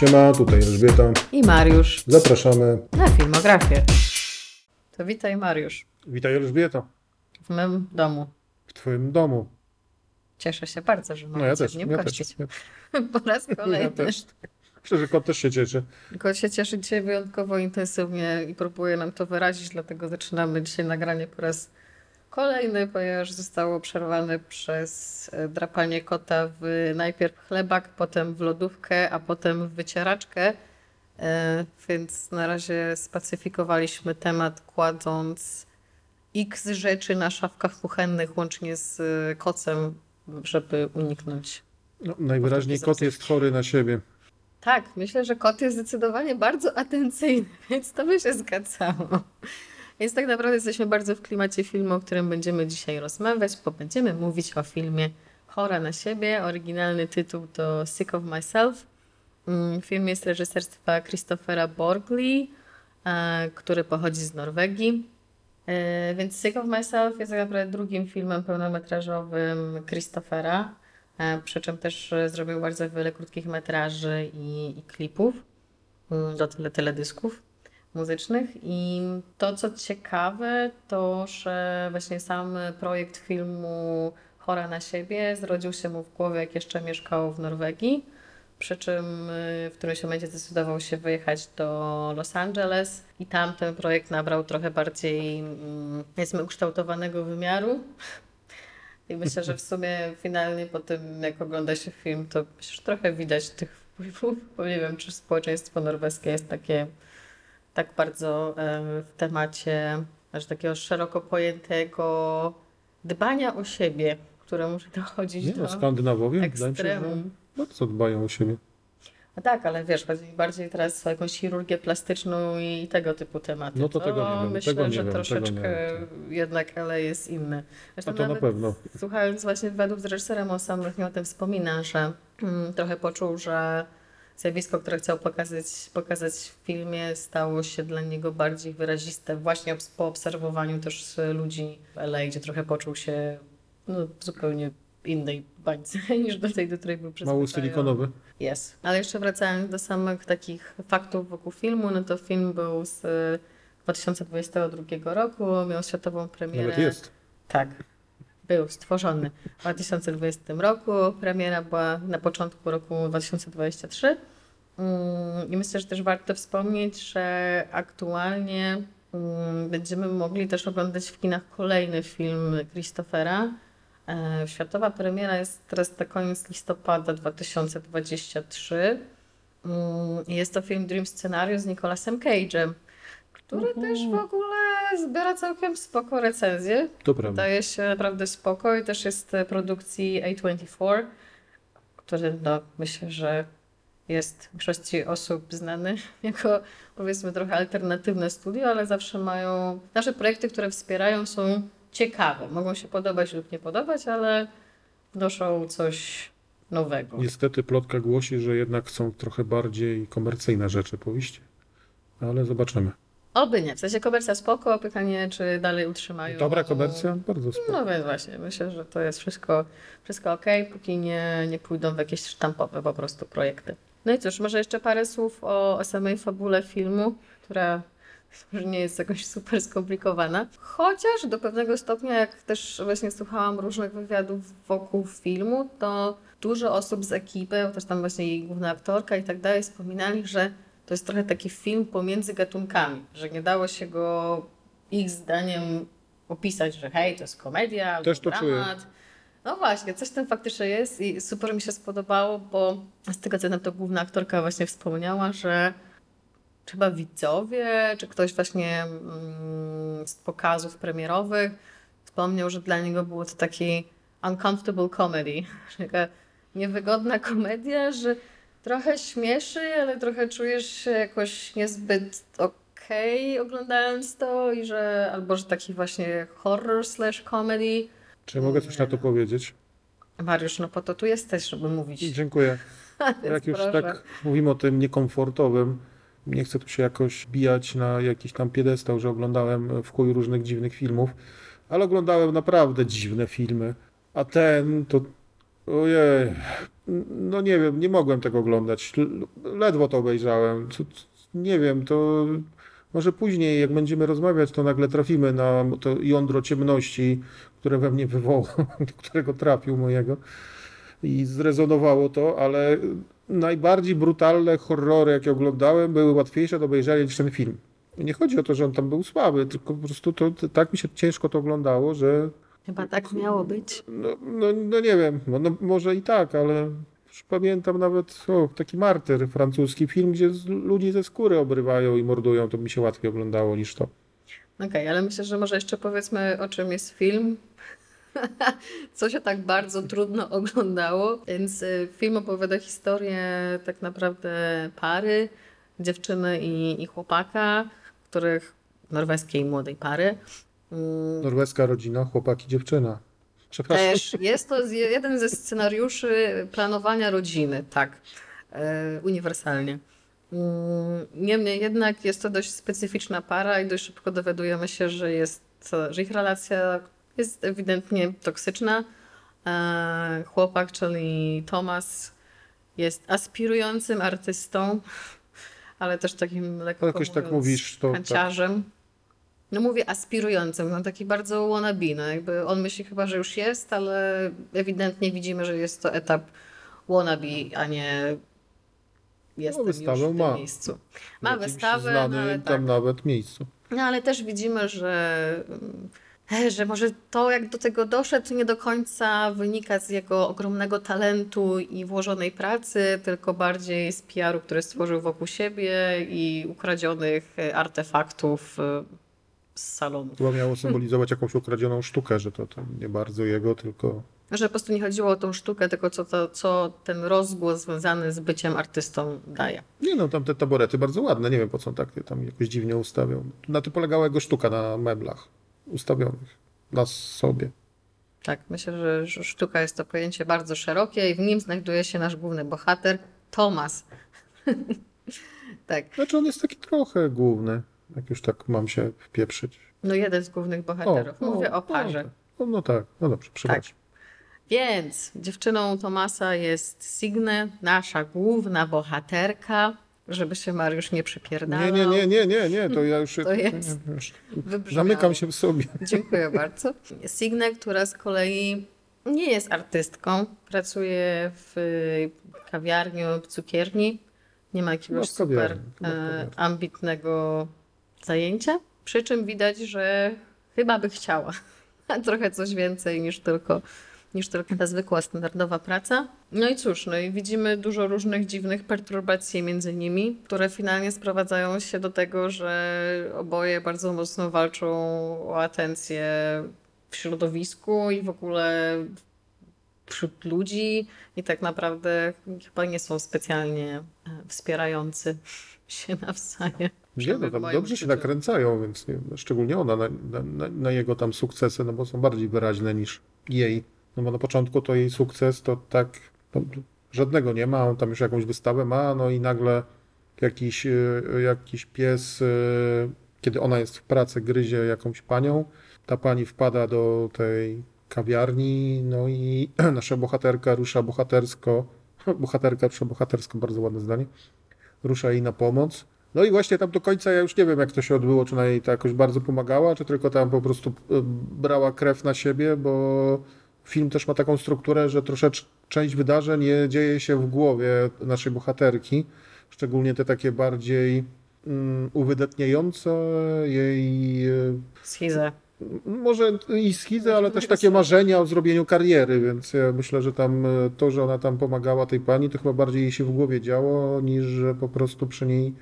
Siema, tutaj Elżbieta. I Mariusz. Zapraszamy Na filmografię. To witaj, Mariusz. Witaj Elżbieta. W mym domu. W twoim domu. Cieszę się bardzo, że mogę Ja cię też, w nim ja gościć. też. Po raz kolejny. Ja też. Myślę, że kot też się cieszy. Kot się cieszy dzisiaj wyjątkowo intensywnie i próbuje nam to wyrazić, dlatego zaczynamy dzisiaj nagranie po raz kolejny, ponieważ zostało przerwane przez drapanie kota w najpierw chlebak, potem w lodówkę, a potem w wycieraczkę. Więc na razie spacyfikowaliśmy temat, kładąc x rzeczy na szafkach kuchennych, łącznie z kocem, żeby uniknąć. No, najwyraźniej kot jest chory na siebie. Tak, myślę, że kot jest zdecydowanie bardzo atencyjny, więc to by się zgadzało. Więc tak naprawdę jesteśmy bardzo w klimacie filmu, o którym będziemy dzisiaj rozmawiać, bo będziemy mówić o filmie Chora na siebie. Oryginalny tytuł to Sick of Myself. Film jest reżyserstwa Christophera Borgli, który pochodzi z Norwegii. Więc Sick of Myself jest tak naprawdę drugim filmem pełnometrażowym Christophera, przy czym też zrobił bardzo wiele krótkich metraży i klipów, do teledysków muzycznych. I to, co ciekawe, to, że właśnie sam projekt filmu Chora na siebie zrodził się mu w głowie, jak jeszcze mieszkał w Norwegii, przy czym w którymś momencie zdecydował się wyjechać do Los Angeles i tam ten projekt nabrał trochę bardziej, powiedzmy, ukształtowanego wymiaru. I myślę, że w sumie finalnie po tym, jak ogląda się film, to myślę, że trochę widać tych wpływów, bo nie wiem, czy społeczeństwo norweskie jest takie tak bardzo w temacie aż takiego szeroko pojętego dbania o siebie, które może dochodzić Nie, do Skandynawowie, wydaje mi się, że ekstremum. bardzo dbają o siebie. No tak, ale wiesz, chodzi mi bardziej teraz o jakąś chirurgię plastyczną i tego typu tematy. No to tego nie wiem, myślę, tego nie że wiem, troszeczkę tego nie wiem. jednak LA jest inny. Zresztą A to na nawet pewno. słuchając właśnie wywiadów z reżyserem, on sam o tym wspomina, że trochę poczuł, że zjawisko, które chciał pokazać w filmie, stało się dla niego bardziej wyraziste właśnie po obserwowaniu też ludzi w LA, gdzie trochę poczuł się w zupełnie innej bańce niż do tej, do której był przyzwyczajony. Mało silikonowy. Jest. Ale jeszcze wracając do samych takich faktów wokół filmu, no to film był z 2022 roku, miał światową premierę. Nawet jest. Tak, był stworzony w 2020 roku. Premiera była na początku roku 2023. I myślę, że też warto wspomnieć, że aktualnie będziemy mogli też oglądać w kinach kolejny film Christophera. Światowa premiera jest teraz na koniec listopada 2023. Jest to film Dream Scenario z Nicolasem Cage'em, który też w ogóle zbiera całkiem spoko recenzje. To prawda. Wydaje się naprawdę spoko i też jest produkcji A24, który myślę, że jest w większości osób znany jako, powiedzmy, trochę alternatywne studio, ale zawsze nasze projekty, które wspierają, są ciekawe. Mogą się podobać lub nie podobać, ale wnoszą coś nowego. Niestety plotka głosi, że jednak chcą trochę bardziej komercyjne rzeczy powieść, ale zobaczymy. Oby nie. W sensie komercja spoko, pytanie, czy dalej utrzymają. Dobra komercja? Bardzo spoko. No więc właśnie, myślę, że to jest wszystko okej, póki nie pójdą w jakieś sztampowe po prostu projekty. No i cóż, może jeszcze parę słów o samej fabule filmu, która może nie jest jakoś super skomplikowana. Chociaż do pewnego stopnia, jak też właśnie słuchałam różnych wywiadów wokół filmu, to dużo osób z ekipy, też tam właśnie jej główna aktorka i tak dalej, wspominali, że to jest trochę taki film pomiędzy gatunkami, że nie dało się go ich zdaniem opisać, że hej, to jest komedia albo Też to dramat. czuję. No właśnie, coś tam faktycznie jest i super mi się spodobało, bo z tego co nam to główna aktorka właśnie wspomniała, że chyba widzowie, czy ktoś właśnie z pokazów premierowych wspomniał, że dla niego było to taki uncomfortable comedy, taka niewygodna komedia, że trochę śmieszy, ale trochę czujesz się jakoś niezbyt okej oglądając to i że taki właśnie horror / comedy. Czy mogę coś na to powiedzieć? Mariusz, no po to tu jesteś, żeby mówić. Dziękuję. Jak już proszę. tak mówimy o tym niekomfortowym, nie chcę tu się jakoś bijać na jakiś tam piedestał, że oglądałem w chuj różnych dziwnych filmów, ale oglądałem naprawdę dziwne filmy, a ten to Ojej, no nie wiem, nie mogłem tego oglądać. Ledwo to obejrzałem. Nie wiem, to może później, jak będziemy rozmawiać, to nagle trafimy na to jądro ciemności, które we mnie wywołał, do którego trafił mojego i zrezonowało to, ale najbardziej brutalne horrory, jakie oglądałem, były łatwiejsze do obejrzenia niż ten film. I nie chodzi o to, że on tam był słaby, tylko po prostu tak mi się ciężko to oglądało, że Chyba tak miało być. no nie wiem, no może i tak, ale już pamiętam nawet taki Martyr, francuski film, gdzie ludzi ze skóry obrywają i mordują, to mi się łatwiej oglądało niż to. Okej, ale myślę, że może jeszcze powiedzmy, o czym jest film. Co się tak bardzo trudno oglądało. Więc film opowiada historię tak naprawdę pary, dziewczyny i chłopaka, których norweskiej młodej pary. Norweska rodzina, chłopaki, dziewczyna. Przepraszam. Też jest to jeden ze scenariuszy planowania rodziny, tak, uniwersalnie. Niemniej jednak jest to dość specyficzna para i dość szybko dowiadujemy się, że ich relacja jest ewidentnie toksyczna. Chłopak, czyli Thomas, jest aspirującym artystą, ale też takim lekko Jakoś tak mówiąc, mówisz, to kanciarzem. No mówię aspirującym, no taki bardzo wannabe, no jakby on myśli chyba, że już jest, ale ewidentnie widzimy, że jest to etap wannabe, a nie jestem już w wystawę tym ma. miejscu. W Ma jakimś wystawę, no znanym ale tam tak. nawet miejscu. No ale też widzimy, że może to, jak do tego doszedł, to nie do końca wynika z jego ogromnego talentu i włożonej pracy, tylko bardziej z PR-u, który stworzył wokół siebie i ukradzionych artefaktów z salonu. Chyba miało symbolizować jakąś ukradzioną sztukę, że to nie bardzo jego, tylko... Że po prostu nie chodziło o tą sztukę, tylko co ten rozgłos związany z byciem artystą daje. Nie no, tam te taborety bardzo ładne, nie wiem po co on tak tam jakoś dziwnie ustawiał. Na tym polegała jego sztuka na meblach ustawionych na sobie. Tak, myślę, że sztuka jest to pojęcie bardzo szerokie i w nim znajduje się nasz główny bohater, Thomas. Tak, Znaczy on jest taki trochę główny, jak już tak mam się wpieprzyć. no jeden z głównych bohaterów. Mówię o parze. No tak, no dobrze, przepraszam. Więc dziewczyną Thomasa jest Signe, nasza główna bohaterka, żeby się Mariusz nie przypierdalał. Nie, to ja już, To jest już wybrzmiało. zamykam się w sobie. Dziękuję bardzo. Signe, która z kolei nie jest artystką, pracuje w kawiarni lub cukierni. Nie ma jakiegoś No, w kawiarni, super chyba w kawiarni. ambitnego zajęcia. Przy czym widać, że chyba by chciała trochę coś więcej niż tylko ta zwykła, standardowa praca. No i cóż, no i widzimy dużo różnych dziwnych perturbacji między nimi, które finalnie sprowadzają się do tego, że oboje bardzo mocno walczą o atencję w środowisku i w ogóle wśród ludzi i tak naprawdę chyba nie są specjalnie wspierający się nawzajem. Nie, no Przynajmniej w tam moim dobrze się odczuciu. nakręcają, więc nie, szczególnie ona na jego tam sukcesy, no bo są bardziej wyraźne niż jej. No bo na początku to jej sukces to tak żadnego nie ma, on tam już jakąś wystawę ma, no i nagle jakiś pies, kiedy ona jest w pracy, gryzie jakąś panią, ta pani wpada do tej kawiarni, no i nasza bohaterka rusza rusza bohatersko, bardzo ładne zdanie, rusza jej na pomoc. No i właśnie tam do końca ja już nie wiem, jak to się odbyło, czy ona jej to jakoś bardzo pomagała, czy tylko tam po prostu brała krew na siebie, bo film też ma taką strukturę, że troszeczkę część wydarzeń nie dzieje się w głowie naszej bohaterki, szczególnie te takie bardziej uwydatniające jej Schizę. może i schizę, ale też takie marzenia o zrobieniu kariery, więc ja myślę, że tam to, że ona tam pomagała tej pani, to chyba bardziej jej się w głowie działo, niż że po prostu przy niej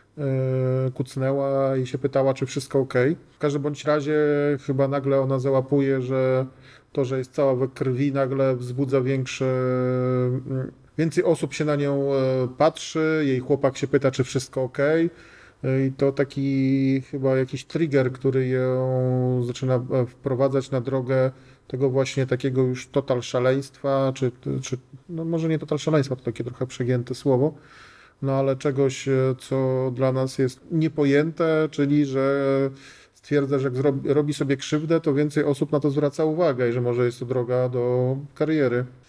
kucnęła i się pytała, czy wszystko ok. W każdym bądź razie chyba nagle ona załapuje, że to, że jest cała we krwi, nagle wzbudza więcej osób się na nią patrzy, jej chłopak się pyta, czy wszystko ok. I to taki chyba jakiś trigger, który ją zaczyna wprowadzać na drogę tego właśnie takiego już total szaleństwa, czy no może nie total szaleństwa, to takie trochę przegięte słowo, no ale czegoś, co dla nas jest niepojęte, czyli że stwierdza, że jak robi sobie krzywdę, to więcej osób na to zwraca uwagę i że może jest to droga do kariery.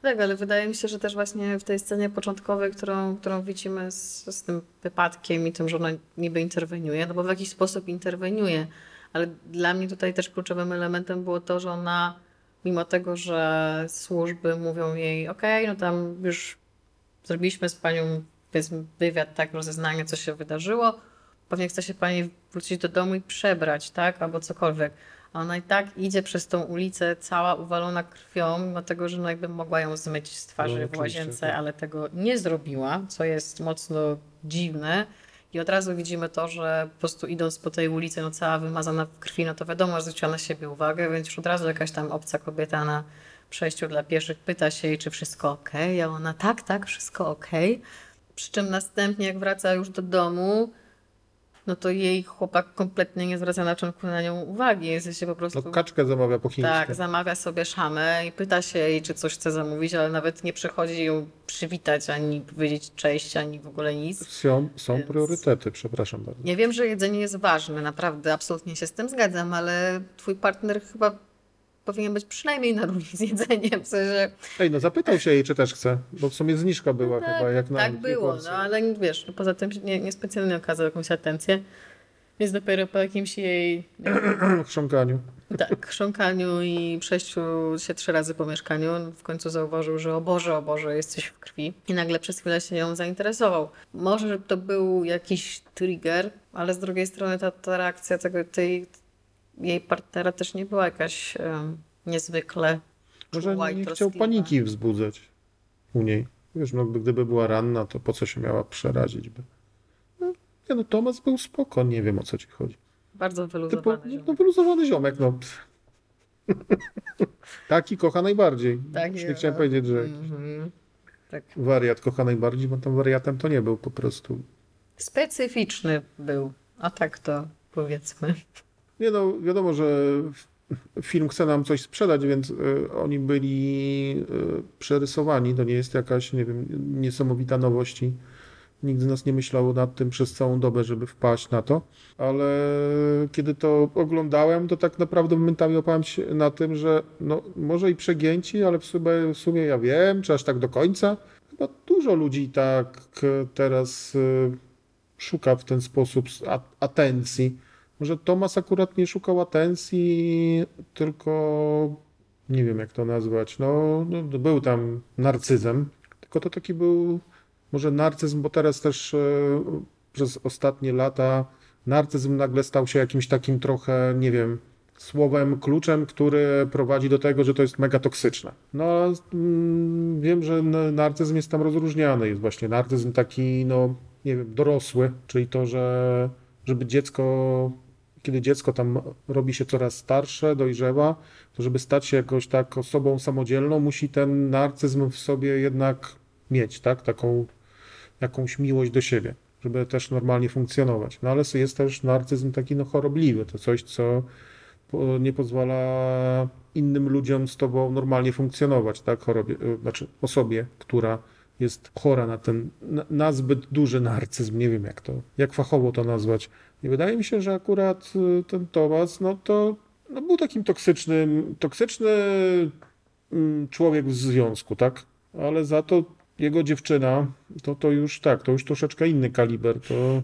Tak, ale wydaje mi się, że też właśnie w tej scenie początkowej, którą widzimy z tym wypadkiem i tym, że ona niby interweniuje, no bo w jakiś sposób interweniuje, ale dla mnie tutaj też kluczowym elementem było to, że ona, mimo tego, że służby mówią jej, okej, no tam już zrobiliśmy z panią powiedzmy wywiad, tak, rozeznanie, co się wydarzyło, pewnie chce się pani wrócić do domu i przebrać, tak, albo cokolwiek. A ona i tak idzie przez tą ulicę cała uwalona krwią, mimo tego, że no jakby mogła ją zmyć z twarzy No, w oczywiście, łazience, tak. ale tego nie zrobiła, co jest mocno dziwne. I od razu widzimy to, że po prostu idąc po tej ulicy, no cała wymazana w krwi, no to wiadomo, że zwróciła na siebie uwagę, więc już od razu jakaś tam obca kobieta na przejściu dla pieszych pyta się jej, czy wszystko okej, a ona tak, wszystko okej. Przy czym następnie, jak wraca już do domu, no to jej chłopak kompletnie nie zwraca na początku na nią uwagi. Jest się po prostu... No kaczkę zamawia po chińsku. Tak, zamawia sobie szamę i pyta się jej, czy coś chce zamówić, ale nawet nie przychodzi ją przywitać, ani powiedzieć cześć, ani w ogóle nic. Są Więc- priorytety, przepraszam bardzo. Ja wiem, że jedzenie jest ważne, naprawdę, absolutnie się z tym zgadzam, ale twój partner chyba powinien być przynajmniej na równi z jedzeniem. W sensie, Ej, no zapytał się jej, czy też chce, bo w sumie zniżka była chyba, jak na tak dwie było, porcje. no ale wiesz, no, poza tym niespecjalnie okazał jakąś atencję. Więc dopiero po jakimś jej Chrząkaniu. tak, chrząkaniu i przejściu się 3 razy po mieszkaniu, w końcu zauważył, że o Boże, jesteś w krwi. I nagle przez chwilę się ją zainteresował. Może to był jakiś trigger, ale z drugiej strony ta reakcja tej jej partnera też nie była jakaś niezwykle Może czuła i nie chciał troskliwa. paniki wzbudzać u niej. Wiesz, no gdyby była ranna, to po co się miała przerazić by? No, nie no, Tomasz był spoko, nie wiem o co ci chodzi. Bardzo Typu, wyluzowany ziomek. no wyluzowany ziomek, no. Taki kocha najbardziej. Tak, Już nie chciałem powiedzieć, że tak. wariat kocha najbardziej, bo tam wariatem to nie był po prostu. Specyficzny był, a tak to powiedzmy. Nie no, wiadomo, że film chce nam coś sprzedać, więc oni byli przerysowani. To nie jest jakaś, nie wiem, niesamowita nowość i nikt z nas nie myślał nad tym przez całą dobę, żeby wpaść na to. Ale kiedy to oglądałem, to tak naprawdę momentami łapałem się na tym, że no, może i przegięci, ale w sumie ja wiem, czy aż tak do końca. Chyba dużo ludzi tak teraz szuka w ten sposób atencji. Może Tomasz akurat nie szukał atencji, tylko nie wiem jak to nazwać. No, był tam narcyzem, tylko to taki był może narcyzm, bo teraz też przez ostatnie lata narcyzm nagle stał się jakimś takim trochę, nie wiem, słowem, kluczem, który prowadzi do tego, że to jest mega toksyczne. No, wiem, że narcyzm jest tam rozróżniany. Jest właśnie narcyzm taki, no, nie wiem, dorosły, czyli to, że żeby kiedy dziecko tam robi się coraz starsze, dojrzewa, to żeby stać się jakoś tak osobą samodzielną, musi ten narcyzm w sobie jednak mieć, tak? Taką jakąś miłość do siebie, żeby też normalnie funkcjonować. No ale jest też narcyzm taki no chorobliwy, to coś, co nie pozwala innym ludziom z tobą normalnie funkcjonować, tak? Znaczy osobie, która jest chora na na zbyt duży narcyzm, nie wiem jak fachowo to nazwać. I wydaje mi się, że akurat ten Tomasz, no to no był takim toksyczny człowiek w związku, tak? Ale za to jego dziewczyna, to już tak, to już troszeczkę inny kaliber, to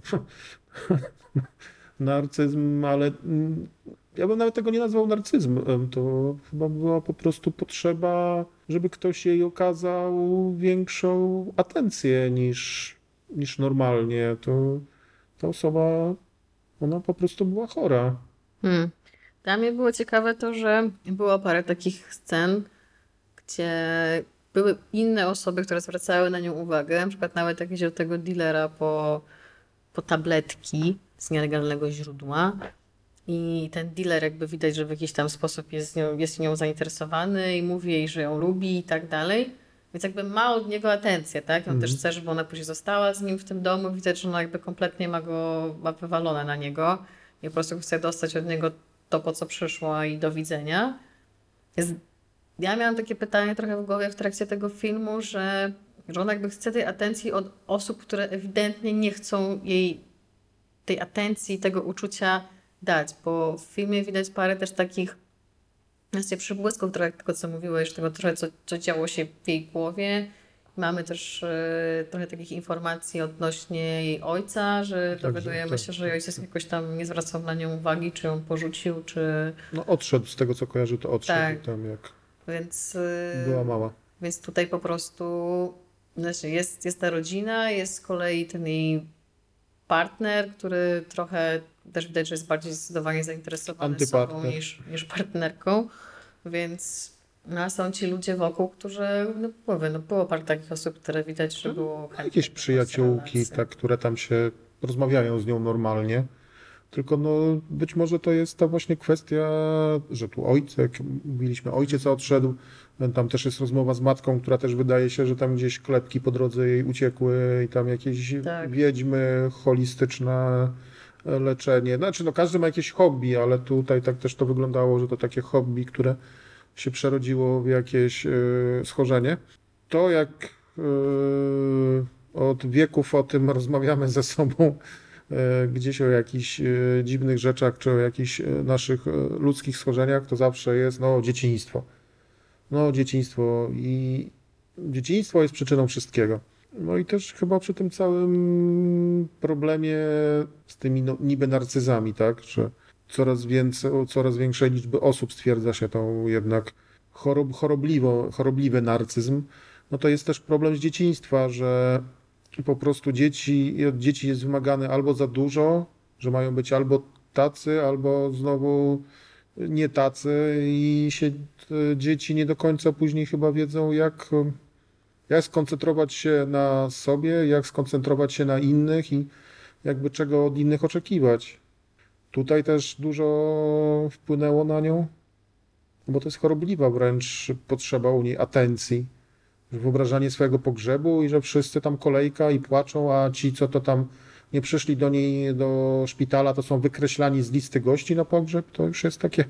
narcyzm, ale ja bym nawet tego nie nazwał narcyzmem, to chyba była po prostu potrzeba, żeby ktoś jej okazał większą atencję niż normalnie, to ta osoba, ona po prostu była chora. Dla mnie było ciekawe to, że było parę takich scen, gdzie były inne osoby, które zwracały na nią uwagę. Na przykład nawet jak idzie do tego dealera po tabletki z nielegalnego źródła. I ten dealer jakby widać, że w jakiś tam sposób jest nią zainteresowany i mówi jej, że ją lubi i tak dalej. Więc jakby ma od niego atencję, tak? On też chce, żeby ona później została z nim w tym domu. Widać, że ona jakby kompletnie ma wywalone na niego. I po prostu chce dostać od niego to, po co przyszła i do widzenia. Ja miałam takie pytanie trochę w głowie w trakcie tego filmu, że ona jakby chce tej atencji od osób, które ewidentnie nie chcą jej tej atencji, tego uczucia dać, bo w filmie widać parę też takich Jest przybłysków trochę tego, co mówiłeś, tego trochę, co działo się w jej głowie. Mamy też trochę takich informacji odnośnie jej ojca, że dowiadujemy się, że jej ojciec jakoś tam nie zwracał na nią uwagi, czy ją porzucił, czy... No odszedł, z tego co kojarzy, to odszedł Tak. tam jak Więc, była mała. więc tutaj po prostu znaczy jest ta rodzina, jest z kolei ten jej partner, który trochę też widać, że jest bardziej zdecydowanie zainteresowany sobą Antypartner. niż partnerką, więc no, są ci ludzie wokół, którzy, no mówię, no było parę takich osób, które widać, że było chętne Jakieś do przyjaciółki, relacji. tak, które tam się rozmawiają z nią normalnie. Tylko no, być może to jest ta właśnie kwestia, że tu ojciec, mówiliśmy, ojciec odszedł, tam też jest rozmowa z matką, która też wydaje się, że tam gdzieś klepki po drodze jej uciekły i tam jakieś Tak. wiedźmy, holistyczne leczenie. Znaczy, no każdy ma jakieś hobby, ale tutaj tak też to wyglądało, że to takie hobby, które się przerodziło w jakieś schorzenie. To jak od wieków o tym rozmawiamy ze sobą, gdzieś o jakichś dziwnych rzeczach, czy o jakichś naszych ludzkich schorzeniach, to zawsze jest, no, dzieciństwo. No, dzieciństwo i dzieciństwo jest przyczyną wszystkiego. No i też chyba przy tym całym problemie z tymi no, niby narcyzami, tak, że coraz większej liczby osób stwierdza się tą jednak chorobliwy narcyzm, no to jest też problem z dzieciństwa, że po prostu od dzieci jest wymagane albo za dużo, że mają być albo tacy, albo znowu nie tacy i się dzieci nie do końca później chyba wiedzą, jak skoncentrować się na sobie, jak skoncentrować się na innych i jakby czego od innych oczekiwać. Tutaj też dużo wpłynęło na nią, bo to jest chorobliwa wręcz potrzeba u niej atencji. Wyobrażanie swojego pogrzebu i że wszyscy tam kolejka i płaczą, a ci, co to tam nie przyszli do niej do szpitala, to są wykreślani z listy gości na pogrzeb, to już jest takie,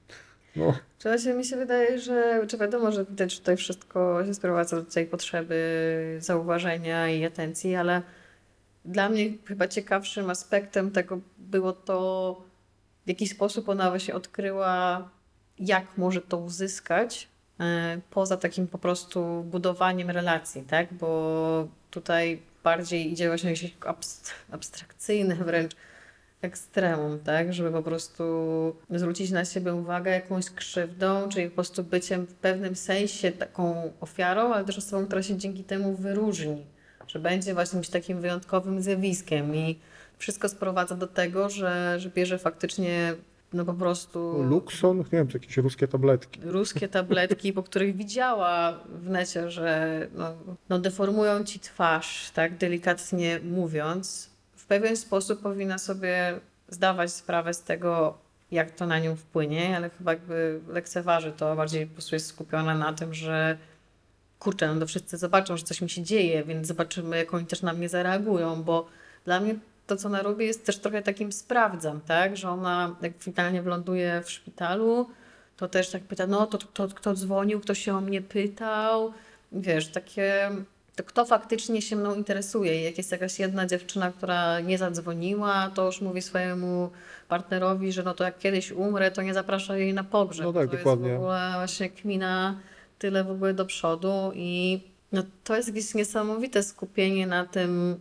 no, Czy właśnie mi się wydaje, że czy wiadomo, że widać, że tutaj wszystko się sprowadza do tej potrzeby zauważenia i atencji, ale dla mnie chyba ciekawszym aspektem tego było to, w jaki sposób ona właśnie odkryła, jak może to uzyskać, poza takim po prostu budowaniem relacji, tak? Bo tutaj bardziej idzie właśnie jakieś abstrakcyjne wręcz ekstremum, tak? Żeby po prostu zwrócić na siebie uwagę jakąś krzywdą, czyli po prostu byciem w pewnym sensie taką ofiarą, ale też osobą, która się dzięki temu wyróżni, że będzie właśnie jakimś takim wyjątkowym zjawiskiem i wszystko sprowadza do tego, że bierze faktycznie no po prostu Luxol, nie wiem, to jakieś ruskie tabletki. ruskie tabletki, po których widziała w necie, że no deformują ci twarz, tak delikatnie mówiąc. W pewien sposób powinna sobie zdawać sprawę z tego, jak to na nią wpłynie, ale chyba jakby lekceważy to, bardziej po prostu jest skupiona na tym, że kurczę, no to wszyscy zobaczą, że coś mi się dzieje, więc zobaczymy, jak oni też na mnie zareagują, bo dla mnie to, co ona robi, jest też trochę takim sprawdzam, tak? Że ona jak finalnie wyląduje w szpitalu, to też tak pyta, no to kto dzwonił, kto się o mnie pytał, wiesz, takie, to kto faktycznie się mną interesuje. I jak jest jakaś jedna dziewczyna, która nie zadzwoniła, to już mówi swojemu partnerowi, że no to jak kiedyś umrę, to nie zaprasza jej na pogrzeb. No tak, to dokładnie. jest w ogóle właśnie kmina tyle w ogóle do przodu i no, to jest jakieś niesamowite skupienie na tym,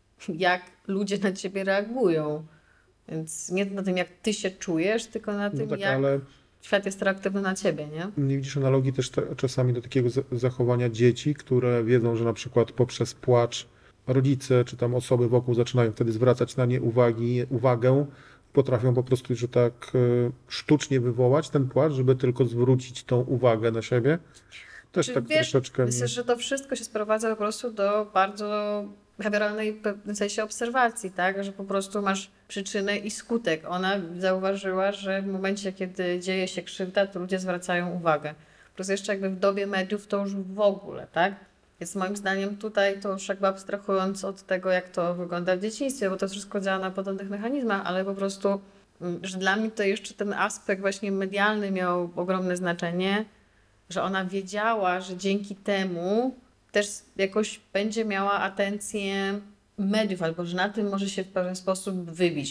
jak ludzie na ciebie reagują. Więc nie na tym, jak ty się czujesz, tylko na No tym, tak, jak ale świat jest reaktywny na ciebie, nie? nie widzisz analogii też czasami do takiego zachowania dzieci, które wiedzą, że na przykład poprzez płacz rodzice czy tam osoby wokół zaczynają wtedy zwracać na nie uwagę, potrafią po prostu, że tak sztucznie wywołać ten płacz, żeby tylko zwrócić tą uwagę na siebie. Też Czy tak wiesz, troszeczkę. myślę, że to wszystko się sprowadza po prostu do bardzo behawioralnej w pewnym sensie obserwacji, tak? Że po prostu masz przyczynę i skutek. Ona zauważyła, że w momencie, kiedy dzieje się krzywda, to ludzie zwracają uwagę. Plus jeszcze jakby w dobie mediów to już w ogóle, tak? Więc moim zdaniem tutaj to już jakby abstrahując od tego, jak to wygląda w dzieciństwie, bo to wszystko działa na podobnych mechanizmach, ale po prostu, że dla mnie to jeszcze ten aspekt właśnie medialny miał ogromne znaczenie, że ona wiedziała, że dzięki temu też jakoś będzie miała atencję mediów, albo że na tym może się w pewien sposób wybić.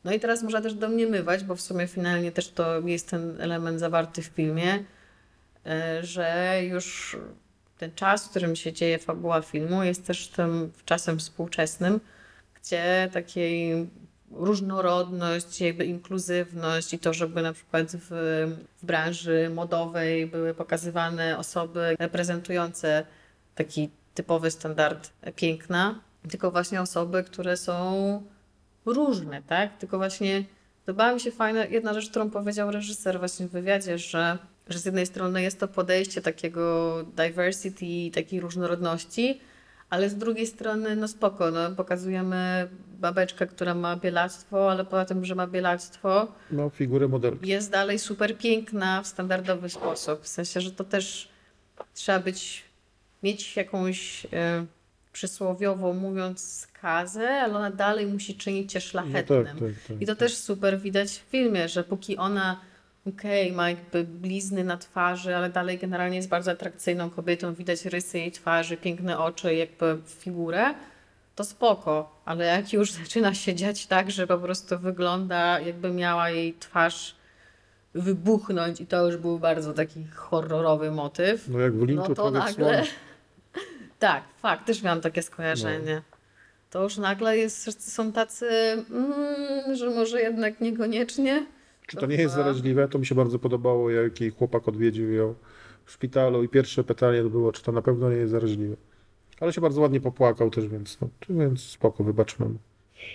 No i teraz można też domniemywać, bo w sumie finalnie też to jest ten element zawarty w filmie, że już ten czas, w którym się dzieje fabuła filmu, jest też tym czasem współczesnym, gdzie takiej różnorodność, jakby inkluzywność i to, żeby na przykład w branży modowej były pokazywane osoby reprezentujące taki typowy standard piękna, tylko właśnie osoby, które są różne, tak? Tylko właśnie podobała mi się fajna jedna rzecz, którą powiedział reżyser właśnie w wywiadzie, że z jednej strony jest to podejście takiego diversity, takiej różnorodności, ale z drugiej strony, no spoko, no, pokazujemy babeczkę, która ma bielactwo, ale poza tym, że ma bielactwo, No, figury modelki. jest dalej super piękna w standardowy sposób. W sensie, że to też trzeba mieć jakąś przysłowiowo mówiąc skazę, ale ona dalej musi czynić cię szlachetnym. No tak. I to też super widać w filmie, że póki ona ma jakby blizny na twarzy, ale dalej generalnie jest bardzo atrakcyjną kobietą, widać rysy jej twarzy, piękne oczy, jakby figurę, to spoko, ale jak już zaczyna się dziać tak, że po prostu wygląda jakby miała jej twarz wybuchnąć i to już był bardzo taki horrorowy motyw. No jak w Linku No to Człowiek nagle... Słoń. Tak, fakt, też miałam takie skojarzenie. To już nagle są tacy, że może jednak niekoniecznie. Czy to nie jest zaraźliwe? To mi się bardzo podobało, jak jej chłopak odwiedził ją w szpitalu i pierwsze pytanie to było, czy to na pewno nie jest zaraźliwe. Ale się bardzo ładnie popłakał też, więc spoko, wybaczmy mu.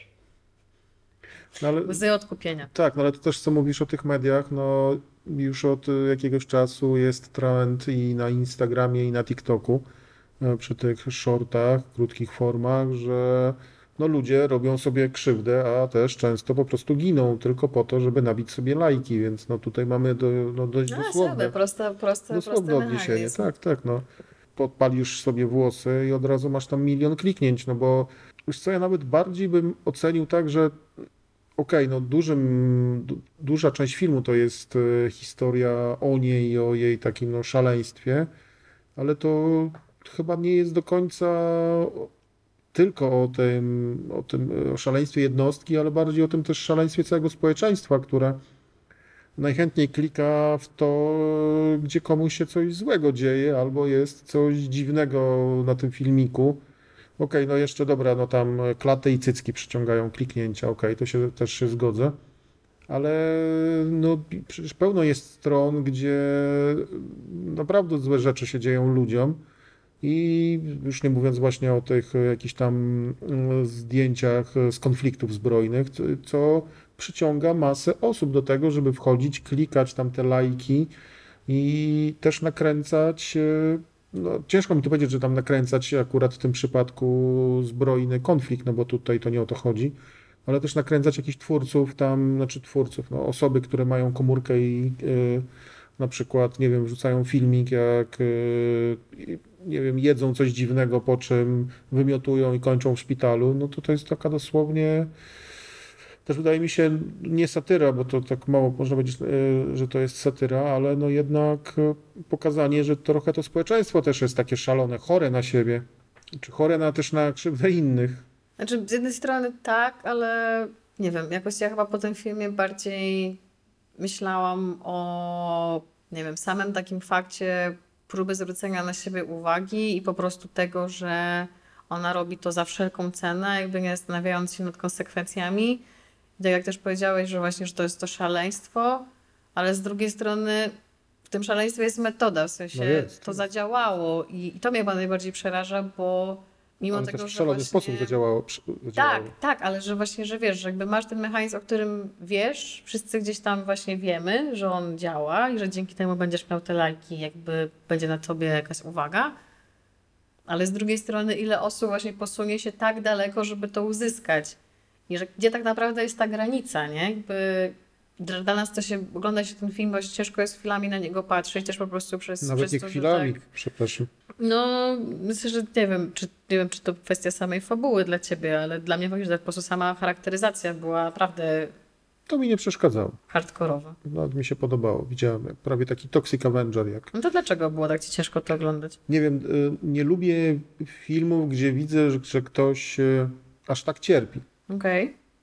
No ale, Łzy odkupienia. tak, no ale to też co mówisz o tych mediach, no już od jakiegoś czasu jest trend i na Instagramie i na TikToku, przy tych shortach, krótkich formach, że no ludzie robią sobie krzywdę, a też często po prostu giną tylko po to, żeby nabić sobie lajki, więc no tutaj mamy dość dosłowne. Prosty odniesienie. mechanizm. Tak, no. Podpalisz sobie włosy i od razu masz tam 1 000 000 kliknięć, no bo już co, ja nawet bardziej bym ocenił tak, że okej, no duża część filmu to jest historia o niej i o jej takim no, szaleństwie, ale to chyba nie jest do końca tylko o szaleństwie jednostki, ale bardziej o tym też szaleństwie całego społeczeństwa, które najchętniej klika w to, gdzie komuś się coś złego dzieje, albo jest coś dziwnego na tym filmiku. Okej, no jeszcze dobra, no tam klaty i cycki przyciągają kliknięcia, to się też się zgodzę. Ale no przecież pełno jest stron, gdzie naprawdę złe rzeczy się dzieją ludziom. I już nie mówiąc właśnie o tych jakichś tam zdjęciach z konfliktów zbrojnych, co przyciąga masę osób do tego, żeby wchodzić, klikać tam te lajki i też nakręcać, no ciężko mi tu powiedzieć, że tam nakręcać akurat w tym przypadku zbrojny konflikt, no bo tutaj to nie o to chodzi, ale też nakręcać jakichś twórców tam, no osoby, które mają komórkę i na przykład, nie wiem, wrzucają filmik, jak nie wiem, jedzą coś dziwnego, po czym wymiotują i kończą w szpitalu, no to jest taka dosłownie, też wydaje mi się, nie satyra, bo to tak mało można powiedzieć, że to jest satyra, ale no jednak pokazanie, że trochę to społeczeństwo też jest takie szalone, chore na siebie, czy chore też na krzywdę innych. Znaczy, z jednej strony tak, ale nie wiem, jakoś ja chyba po tym filmie bardziej myślałam o, nie wiem, samym takim fakcie próby zwrócenia na siebie uwagi i po prostu tego, że ona robi to za wszelką cenę, jakby nie zastanawiając się nad konsekwencjami. I tak jak też powiedziałeś, że właśnie, że to jest to szaleństwo, ale z drugiej strony w tym szaleństwie jest metoda, w sensie to zadziałało i to mnie chyba najbardziej przeraża, bo mimo ale tego, też w że szalony właśnie... sposób zadziałało. Tak, ale że właśnie, że wiesz, że jakby masz ten mechanizm, o którym wiesz, wszyscy gdzieś tam właśnie wiemy, że on działa i że dzięki temu będziesz miał te lajki, jakby będzie na tobie jakaś uwaga, ale z drugiej strony ile osób właśnie posunie się tak daleko, żeby to uzyskać i że gdzie tak naprawdę jest ta granica, nie? Jakby dla nas to się ogląda się ten film, bo ciężko jest chwilami na niego patrzeć, też po prostu Nawet nie to, chwilami, tak, przepraszam. no, myślę, że nie wiem, czy to kwestia samej fabuły dla ciebie, ale dla mnie właśnie po prostu sama charakteryzacja była naprawdę To mi nie przeszkadzało. hardkorowa. Nawet mi się podobało. Widziałem prawie taki Toxic Avenger. No to dlaczego było tak ci ciężko to oglądać? Nie wiem, nie lubię filmów, gdzie widzę, że ktoś aż tak cierpi. Okej.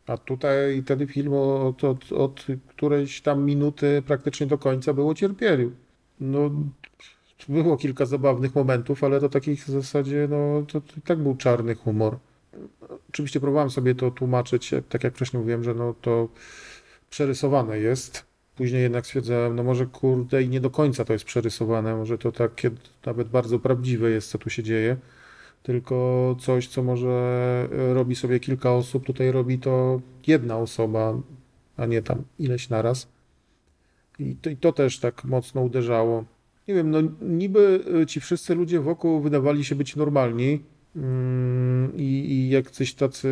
A tutaj ten film od którejś tam minuty praktycznie do końca było cierpieniu. No, było kilka zabawnych momentów, ale to takich w zasadzie, no, to i tak był czarny humor. Oczywiście próbowałem sobie to tłumaczyć, tak jak wcześniej mówiłem, że no to przerysowane jest. Później jednak stwierdzałem, no może kurde i nie do końca to jest przerysowane, może to takie nawet bardzo prawdziwe jest, co tu się dzieje. Tylko coś, co może robi sobie kilka osób, tutaj robi to jedna osoba, a nie tam ileś naraz. I to też tak mocno uderzało. Nie wiem, no niby ci wszyscy ludzie wokół wydawali się być normalni i jacyś tacy,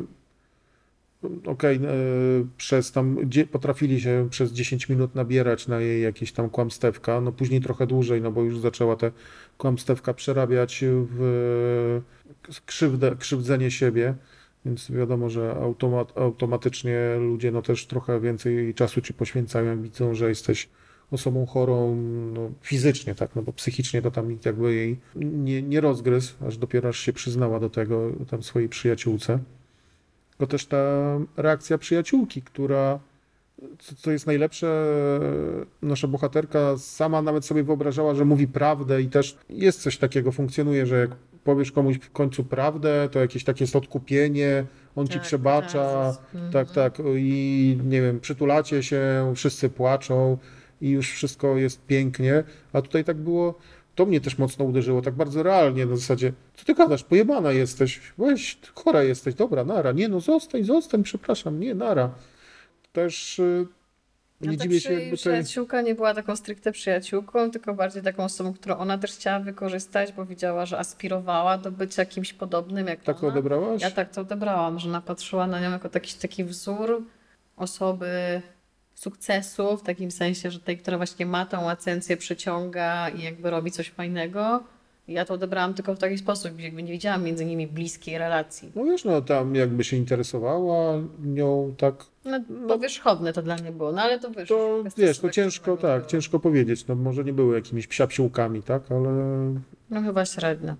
okej, przez tam, potrafili się przez 10 minut nabierać na jej jakieś tam kłamstewka, no później trochę dłużej, no bo już zaczęła te kłamstewka przerabiać w krzywdzenie siebie, więc wiadomo, że automatycznie ludzie no też trochę więcej czasu ci poświęcają, jak widzą, że jesteś osobą chorą, no, fizycznie, tak, no bo psychicznie to tam nikt jakby jej nie rozgryzł, aż się przyznała do tego tam swojej przyjaciółce. Tylko też ta reakcja przyjaciółki, która, co jest najlepsze, nasza bohaterka sama nawet sobie wyobrażała, że mówi prawdę i też jest coś takiego, funkcjonuje, że jak powiesz komuś w końcu prawdę, to jakieś takie jest odkupienie, on ci Tak, przebacza, katarzys. tak, i nie wiem, przytulacie się, wszyscy płaczą i już wszystko jest pięknie, a tutaj tak było, to mnie też mocno uderzyło, tak bardzo realnie, na zasadzie, co ty gadasz, pojebana jesteś, weź, chora jesteś, dobra, nara, nie no, zostań, przepraszam, nie, nara. Też No nie ta dziwię się jakby tej... przyjaciółka nie była taką stricte przyjaciółką, tylko bardziej taką osobą, którą ona też chciała wykorzystać, bo widziała, że aspirowała do bycia kimś podobnym jak Tak to ona. Ja odebrałaś? tak to odebrałam, że ona patrzyła na nią jako taki wzór osoby sukcesu, w takim sensie, że tej, która właśnie ma tą esencję, przyciąga i jakby robi coś fajnego. I ja to odebrałam tylko w taki sposób, jakby nie widziałam między nimi bliskiej relacji. No wiesz, no tam jakby się interesowała nią, tak, No, no powierzchowne to dla mnie było, no ale to wiesz, to kwestia wiesz, to ciężko, subiektywnego tak, było. ciężko powiedzieć, no może nie były jakimiś psiapsiłkami, tak, ale... No chyba średnio.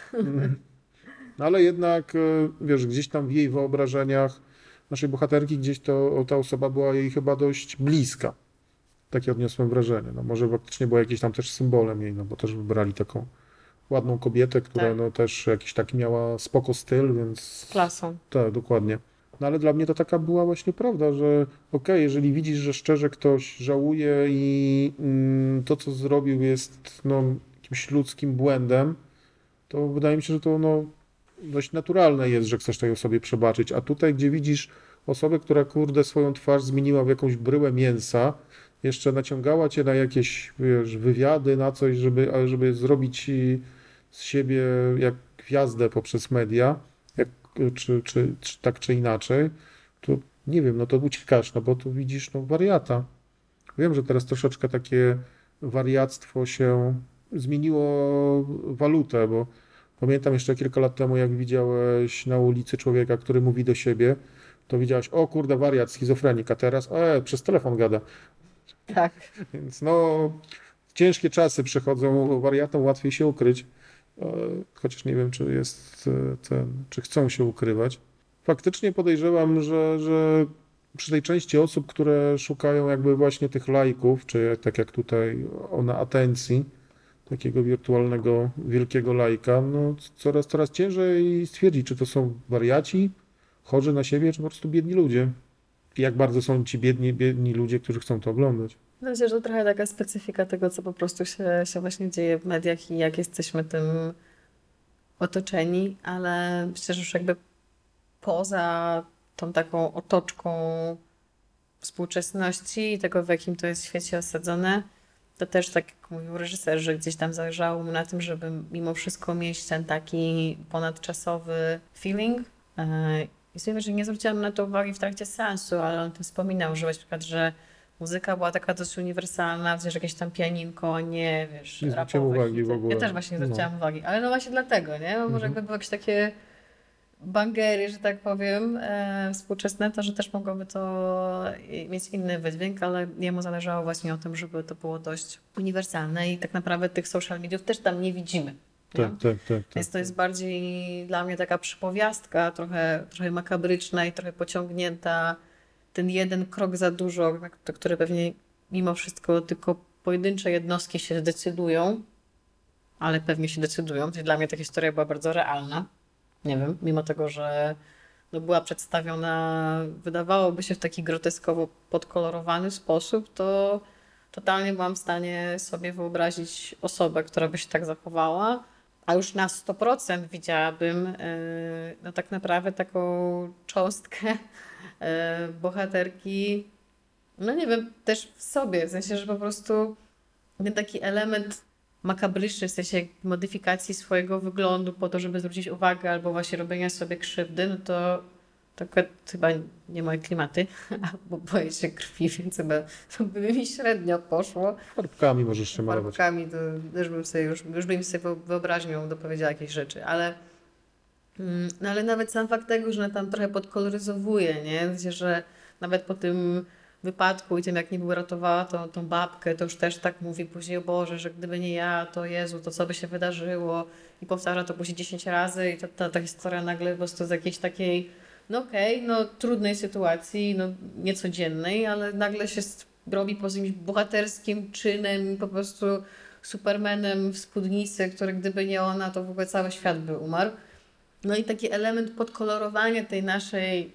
Ale jednak, wiesz, gdzieś tam w jej wyobrażeniach naszej bohaterki gdzieś ta osoba była jej chyba dość bliska. Takie odniosłem wrażenie. No może faktycznie była jakimś tam też symbolem jej, no bo też wybrali taką ładną kobietę, która Tak, no też jakiś taki miała spoko styl, więc z klasą. tak, dokładnie. No ale dla mnie to taka była właśnie prawda, że okej, jeżeli widzisz, że szczerze ktoś żałuje i to, co zrobił jest no, jakimś ludzkim błędem, to wydaje mi się, że to no, dość naturalne jest, że chcesz tej osobie przebaczyć. A tutaj, gdzie widzisz osobę, która kurde swoją twarz zmieniła w jakąś bryłę mięsa, jeszcze naciągała cię na jakieś, wiesz, wywiady, na coś, żeby zrobić z siebie jak gwiazdę poprzez media, jak, czy tak czy inaczej, to nie wiem, no to uciekasz, no bo tu widzisz no, wariata. Wiem, że teraz troszeczkę takie wariactwo się zmieniło walutę, bo pamiętam jeszcze kilka lat temu, jak widziałeś na ulicy człowieka, który mówi do siebie, to widziałeś, o kurde, wariat, schizofrenik, a teraz, przez telefon gada. Tak. Więc no, ciężkie czasy przychodzą, wariatom łatwiej się ukryć, chociaż nie wiem, czy jest czy chcą się ukrywać. Faktycznie podejrzewam, że przy tej części osób, które szukają jakby właśnie tych lajków, czy tak jak tutaj ona atencji, takiego wirtualnego wielkiego lajka, no coraz ciężej stwierdzić, czy to są wariaci, chorzy na siebie, czy po prostu biedni ludzie. I jak bardzo są ci biedni ludzie, którzy chcą to oglądać. Myślę, że to trochę taka specyfika tego, co po prostu się właśnie dzieje w mediach i jak jesteśmy tym otoczeni, ale myślę, że już jakby poza tą taką otoczką współczesności i tego, w jakim to jest świecie osadzone, to też tak jak mówił reżyser, że gdzieś tam zależało mu na tym, żeby mimo wszystko mieć ten taki ponadczasowy feeling. I sobie, że nie zwróciłam na to uwagi w trakcie seansu, ale on tym wspominał, że na przykład, że muzyka była taka dość uniwersalna, że jakieś tam pianinko, a nie, wiesz, Nie zwróciłem rapowe uwagi w hity. ogóle. Ja też właśnie nie No. zwróciłam uwagi, ale no właśnie dlatego, nie? Bo może jakby były jakieś takie bangery, że tak powiem, współczesne, to że też mogłoby to mieć inny wydźwięk, ale jemu zależało właśnie o tym, żeby to było dość uniwersalne i tak naprawdę tych social mediów też tam nie widzimy. Nie? Tak. Więc to jest bardziej dla mnie taka przypowiastka, trochę makabryczna i trochę pociągnięta. Ten jeden krok za dużo, na który pewnie mimo wszystko tylko pojedyncze jednostki się decydują, ale pewnie się decydują. Dla mnie ta historia była bardzo realna. Nie wiem, mimo tego, że była przedstawiona, wydawałoby się w taki groteskowo podkolorowany sposób, to totalnie byłam w stanie sobie wyobrazić osobę, która by się tak zachowała, a już na 100% widziałabym no tak naprawdę taką cząstkę bohaterki, no nie wiem, też w sobie, w sensie, że po prostu ten taki element makabryczny, w sensie modyfikacji swojego wyglądu po to, żeby zwrócić uwagę albo właśnie robienia sobie krzywdy, no to akurat chyba nie moje klimaty, bo boję się krwi, więc chyba by mi średnio poszło. Farbkami możesz się malować. Farbkami to już bym sobie wyobraźnią dopowiedziała jakieś rzeczy, ale no ale nawet sam fakt tego, że ona tam trochę podkoloryzowuje, nie? W sensie, że nawet po tym wypadku i tym, jak niby uratowała tą babkę, to już też tak mówi później, o Boże, że gdyby nie ja, to Jezu, to co by się wydarzyło? I powtarza to później 10 razy i ta historia nagle po prostu z jakiejś takiej, no okej, no trudnej sytuacji, no niecodziennej, ale nagle się robi po jakimś bohaterskim czynem i po prostu Supermanem w spódnicy, który gdyby nie ona, to w ogóle cały świat by umarł. No i taki element podkolorowania tej naszej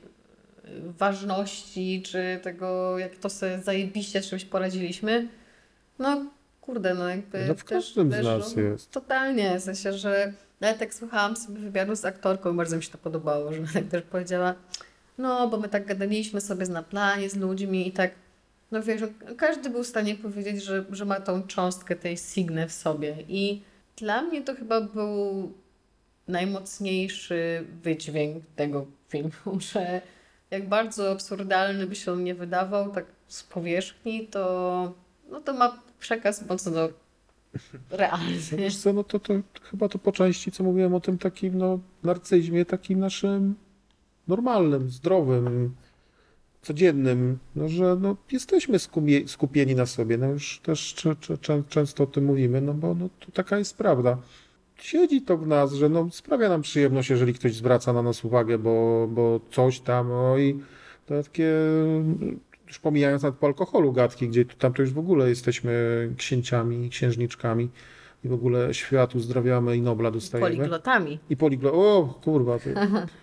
ważności, czy tego, jak to sobie zajebiście z czymś poradziliśmy, no kurde, no jakby No w każdym z nas jest. Totalnie, w sensie, że nawet tak słuchałam sobie wywiadu z aktorką i bardzo mi się to podobało, że tak też powiedziała, no bo my tak gadaliśmy sobie na planie z ludźmi i tak, no wiesz, każdy był w stanie powiedzieć, że ma tą cząstkę tej Signy w sobie i dla mnie to chyba był najmocniejszy wydźwięk tego filmu, że jak bardzo absurdalny by się on nie wydawał, tak z powierzchni, to no to ma przekaz mocno realny. Wiesz co, no to chyba to po części, co mówiłem o tym takim no, narcyzmie, takim naszym normalnym, zdrowym, codziennym, no, że no, jesteśmy skupieni na sobie, no już też często o tym mówimy, no bo no, to taka jest prawda. Siedzi to w nas, że no, sprawia nam przyjemność, jeżeli ktoś zwraca na nas uwagę, bo coś tam, no i to takie, już pomijając nawet po alkoholu gadki, gdzie tam to już w ogóle jesteśmy księciami, księżniczkami i w ogóle światu uzdrawiamy i Nobla dostajemy. Poliglotami. O kurwa, to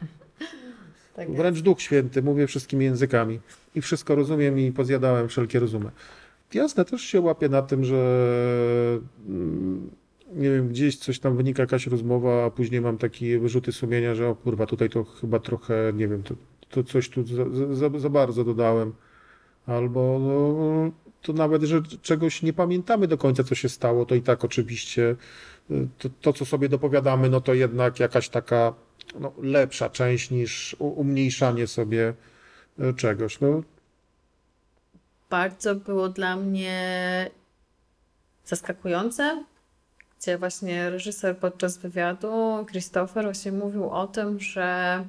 Tak wręcz Duch Święty, mówię wszystkimi językami i wszystko rozumiem i pozjadałem wszelkie rozumy. Jasne, też się łapię na tym, że nie wiem, gdzieś coś tam wynika jakaś rozmowa, a później mam takie wyrzuty sumienia, że o kurwa, tutaj to chyba trochę, nie wiem, to coś tu za bardzo dodałem. Albo no, to nawet, że czegoś nie pamiętamy do końca, co się stało, to i tak oczywiście to co sobie dopowiadamy, no to jednak jakaś taka no, lepsza część niż umniejszanie sobie czegoś. No. Bardzo było dla mnie zaskakujące, gdzie właśnie reżyser podczas wywiadu, Christopher, właśnie mówił o tym, że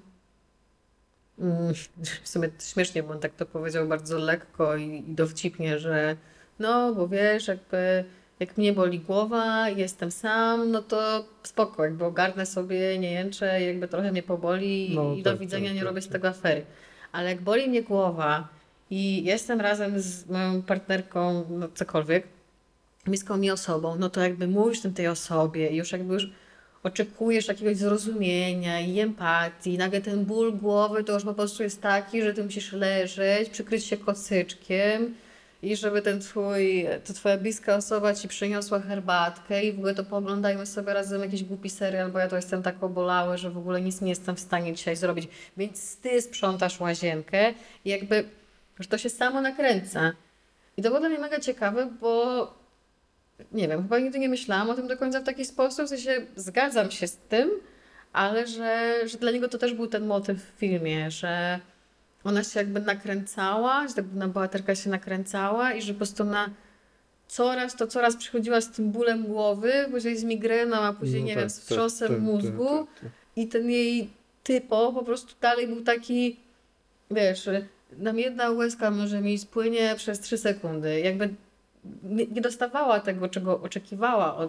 w sumie śmiesznie, bo on tak to powiedział bardzo lekko i dowcipnie, że no, bo wiesz, jakby jak mnie boli głowa, jestem sam, no to spoko, jakby ogarnę sobie, nie jęczę, jakby trochę mnie poboli No, i tak, do widzenia, tak, nie tak, robię z tak. tego afery. Ale jak boli mnie głowa i jestem razem z moją partnerką, no cokolwiek, bliską mi osobą, no to jakby mówisz tej osobie i już jakby już oczekujesz jakiegoś zrozumienia i empatii. Nagle ten ból głowy to już po prostu jest taki, że ty musisz leżeć, przykryć się kocyczkiem i żeby to twoja bliska osoba ci przyniosła herbatkę i w ogóle to pooglądajmy sobie razem jakiś głupi serial, bo ja to jestem tak obolały, że w ogóle nic nie jestem w stanie dzisiaj zrobić. Więc ty sprzątasz łazienkę i jakby, że to się samo nakręca. I to było dla mnie mega ciekawe, bo nie wiem, chyba nigdy nie myślałam o tym do końca w taki sposób, w sensie zgadzam się z tym, ale że dla niego to też był ten motyw w filmie, że ona się jakby nakręcała, że ta główna bohaterka się nakręcała i że po prostu ona coraz przychodziła z tym bólem głowy, później z migreną, a później, No nie tak, wiem, z wstrząsem mózgu tak. i ten jej typo po prostu dalej był taki, wiesz, nam jedna łezka może mi spłynie przez 3 sekundy, jakby nie dostawała tego, czego oczekiwała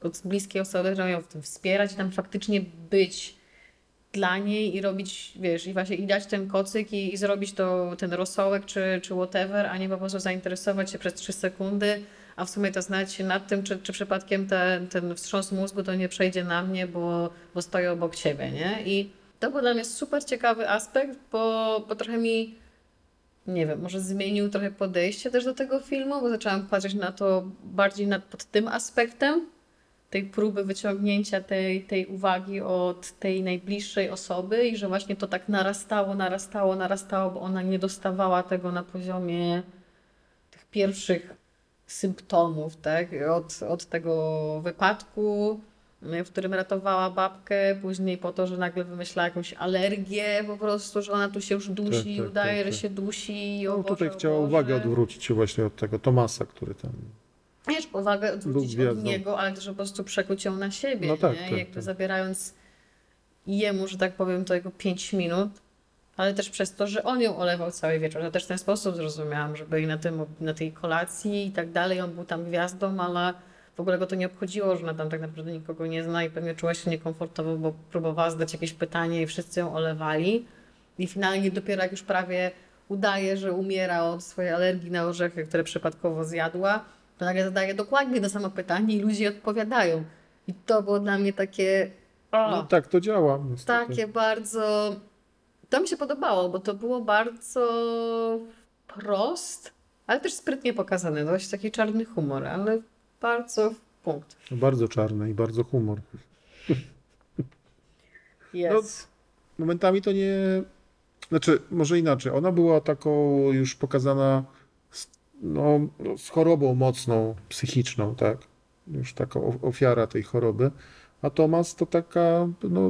od bliskiej osoby, która ją w tym wspierać i tam faktycznie być dla niej i robić, wiesz, i właśnie i dać ten kocyk i zrobić ten rosołek czy whatever, a nie po prostu zainteresować się przez 3 sekundy, a w sumie to znać się nad tym, czy przypadkiem ten wstrząs mózgu to nie przejdzie na mnie, bo stoję obok ciebie, nie? I to był dla mnie super ciekawy aspekt, bo trochę mi, nie wiem, może zmienił trochę podejście też do tego filmu, bo zaczęłam patrzeć na to bardziej pod tym aspektem, tej próby wyciągnięcia tej uwagi od tej najbliższej osoby i że właśnie to tak narastało, bo ona nie dostawała tego na poziomie tych pierwszych symptomów, tak? Od tego wypadku, w którym ratowała babkę, później po to, że nagle wymyślała jakąś alergię po prostu, że ona tu się już dusi, udaje, że się dusi. No tutaj chciała uwagę odwrócić się właśnie od tego Tomasa, który tam... Wiesz, uwagę odwrócić od niego, ale też po prostu przekuć ją na siebie, no tak, nie? Tak, jakby tak. zabierając jemu, że tak powiem, to jego 5 minut, ale też przez to, że on ją olewał cały wieczór. Ja też w ten sposób zrozumiałam, że byli na tej kolacji i tak dalej, on był tam gwiazdą, ale w ogóle go to nie obchodziło, że ona tam tak naprawdę nikogo nie zna i pewnie czuła się niekomfortowo, bo próbowała zadać jakieś pytanie i wszyscy ją olewali. I finalnie dopiero jak już prawie udaje, że umiera od swojej alergii na orzechy, które przypadkowo zjadła, to nagle zadaje dokładnie to samo pytanie i ludzie odpowiadają. I to było dla mnie takie... No tak to działa. Niestety. Takie bardzo... To mi się podobało, bo to było bardzo prost, ale też sprytnie pokazane. Dość taki czarny humor, ale bardzo w punkt. No bardzo czarne i bardzo humor. Jest. No, momentami to nie... Znaczy, może inaczej. Ona była taką już pokazana z chorobą mocną, psychiczną, tak? Już taka ofiara tej choroby. A Tomas to taka,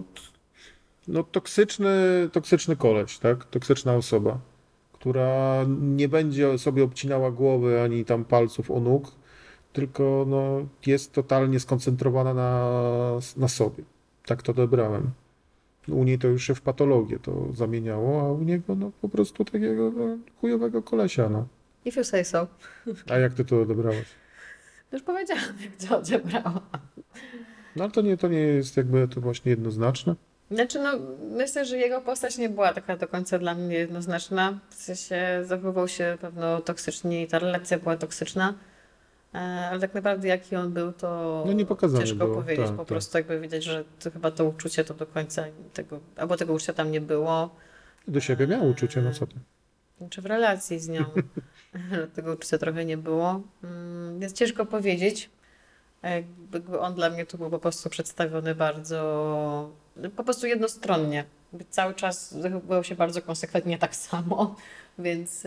toksyczny koleś, tak? Toksyczna osoba, która nie będzie sobie obcinała głowy ani tam palców u nóg, tylko jest totalnie skoncentrowana na sobie. Tak to odebrałem. U niej to już się w patologię to zamieniało, a u niego po prostu takiego chujowego kolesia, If you say so. A jak ty to odebrałaś? Już powiedziałam, jak to odebrałam. No ale to nie jest jakby to właśnie jednoznaczne. Znaczy, myślę, że jego postać nie była taka do końca dla mnie jednoznaczna. W sensie zachowywał się pewno toksycznie i ta relacja była toksyczna. Ale tak naprawdę jaki on był, to nie pokazane ciężko było. powiedzieć. Tak, po tak. prostu jakby widać, że to chyba to uczucie to do końca albo tego uczucia tam nie było. Do siebie miał uczucie, no co ty. Czy w relacji z nią. Tego uczucia trochę nie było. Więc ciężko powiedzieć. Jakby on dla mnie tu był po prostu przedstawiony bardzo, po prostu jednostronnie. Cały czas zachowywał się bardzo konsekwentnie tak samo, więc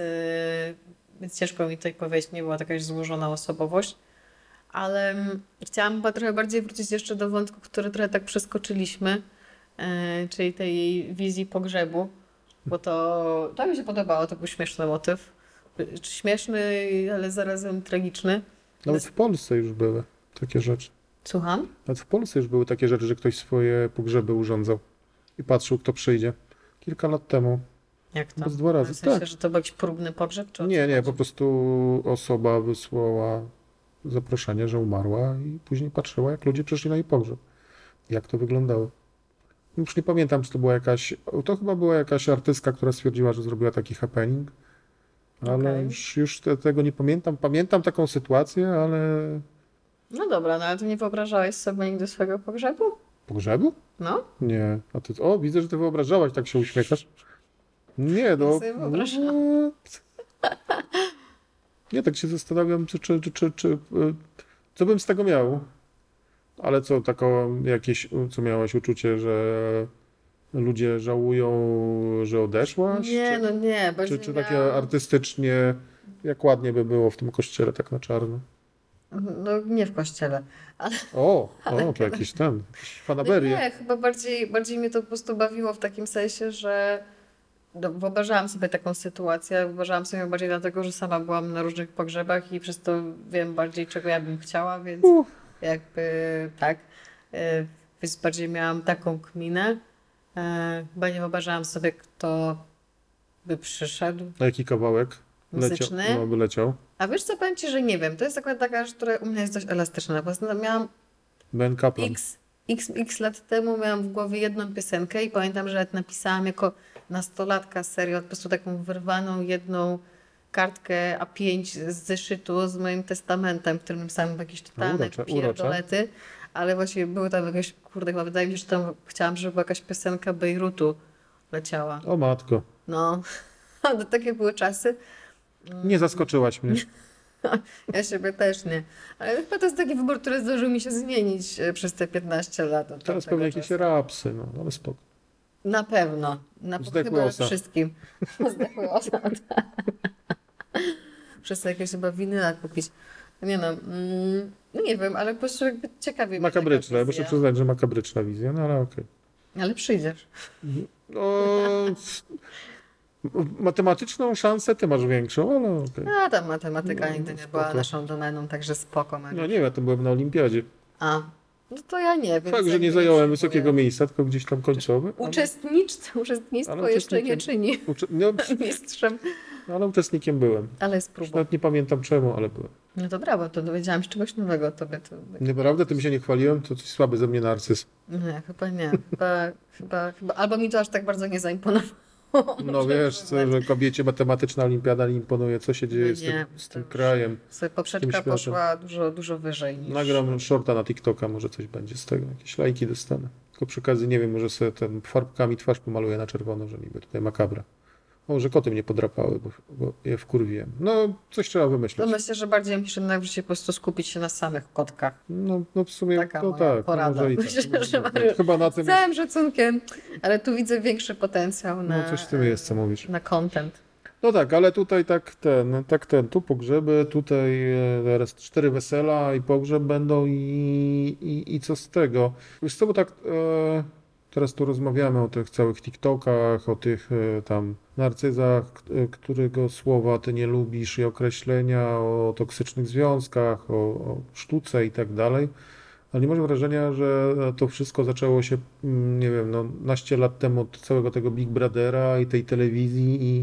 ciężko mi tutaj powiedzieć, nie była jakaś złożona osobowość. Ale chciałam chyba trochę bardziej wrócić jeszcze do wątku, który trochę tak przeskoczyliśmy, czyli tej jej wizji pogrzebu, bo to mi się podobało, to był śmieszny motyw. Śmieszny, ale zarazem tragiczny. Nawet w Polsce już były takie rzeczy. Słucham? Nawet w Polsce już były takie rzeczy, że ktoś swoje pogrzeby urządzał i patrzył, kto przyjdzie. Kilka lat temu. Jak to? Bo z 2 razy. W sensie, Tak. że to był jakiś próbny pogrzeb? Czy o co Nie, chodzi? po prostu osoba wysłała zaproszenie, że umarła i później patrzyła, jak ludzie przyszli na jej pogrzeb. Jak to wyglądało. Już nie pamiętam, czy to była to chyba była jakaś artystka, która stwierdziła, że zrobiła taki happening, ale Okej. już tego nie pamiętam. Pamiętam taką sytuację, ale... No dobra, ale ty nie wyobrażałeś sobie nigdy swojego pogrzebu? Pogrzebu? No? Nie. A ty... O, widzę, że ty wyobrażałaś, tak się uśmiechasz. Nie, Ja sobie wyobrażałam. Nie, tak się zastanawiam, co bym z tego miał. Ale co, co miałaś uczucie, że ludzie żałują, że odeszłaś? Nie, nie. Czy takie artystycznie, jak ładnie by było w tym kościele, tak na czarno? No nie w kościele. To jakiś No fanaberie. nie, chyba bardziej mnie to po prostu bawiło w takim sensie, że wyobrażałam sobie taką sytuację, wyobrażałam sobie ją bardziej dlatego, że sama byłam na różnych pogrzebach i przez to wiem bardziej, czego ja bym chciała, więc jakby tak. Więc bardziej miałam taką kminę. Chyba nie wyobrażałam sobie, kto by przyszedł. Na jaki kawałek? Muzyczny? By leciał. A wiesz co, powiem ci, że nie wiem. To jest akurat taka rzecz, która u mnie jest dość elastyczna. Po prostu miałam Ben Kaplan. X lat temu miałam w głowie jedną piosenkę i pamiętam, że nawet napisałam jako nastolatka serio, po prostu taką wyrwaną jedną kartkę A5 z zeszytu z moim testamentem, w którym napisałam jakieś totalne pierdolety, ale właśnie były tam jakieś, kurde, chyba wydaje mi się, że tam chciałam, żeby jakaś piosenka Bejrutu leciała. O matko. No, to takie były czasy. Nie zaskoczyłaś mnie. Ja siebie też nie. Ale chyba to jest taki wybór, który zdążył mi się zmienić przez te 15 lat. Od Teraz pewnie jakieś czasu. rapsy, no ale spoko. Na pewno. Zdechły Chyba osa. wszystkim. Zdechły osa. Wszyscy jakieś chyba winyla kupić. Nie no, no nie wiem, ale po prostu jakby ciekawie mnie taka Makabryczna, muszę wizja. przyznać, że makabryczna wizja, no ale okej. Ale przyjdziesz. No, matematyczną szansę ty masz większą, ale okej. A tam matematyka No, nigdy nie spoko. była naszą domeną, także spoko. Mariusz. No nie wiem, ja tam byłem na olimpiadzie. A, no to ja nie wiem. Fakt, że nie zająłem wysokiego miejsca, tylko gdzieś tam końcowy. Uczestnictwo ale jeszcze nie uczestnikiem- czyni No, mistrzem. ale uczestnikiem byłem. Ale jest Już próba. nawet nie pamiętam czemu, ale byłem. No to brawo, to dowiedziałam się czegoś nowego o tobie. Naprawdę, tym się nie chwaliłem, to coś słaby ze mnie narcyz. Nie, chyba nie. Chyba, albo mi to aż tak bardzo nie zaimponowało. No wiesz, co, że kobiecie matematyczna olimpiada nie imponuje, co się dzieje No z nie, tym to krajem. Sobie poprzeczka światem. poszła dużo wyżej niż... Nagram shorta na TikToka, może coś będzie z tego, jakieś lajki dostanę. Tylko przy okazji, nie wiem, może sobie ten farbkami twarz pomaluję na czerwono, że niby tutaj makabra. Może koty mnie podrapały, bo je wkurwiłem. No, coś trzeba To wymyślić. myślę, że bardziej musisz jednak w życiu po prostu skupić się na samych kotkach. No w sumie, Taka no moja tak, porada. może i tak. Myślę, że Tak. Mariusz, Chyba na Z tym całym szacunkiem, ale tu widzę większy potencjał no na... coś w tym jest, co mówisz. Na content. No tak, ale tutaj tu pogrzeby, tutaj teraz 4 wesela i pogrzeb będą i co z tego? Wiesz co, bo tak teraz tu rozmawiamy o tych całych TikTokach, o tych tam narcyzach, którego słowa ty nie lubisz i określenia, o toksycznych związkach, o sztuce i tak dalej. Ale nie masz wrażenia, że to wszystko zaczęło się, nie wiem, no naście lat temu od całego tego Big Brothera i tej telewizji i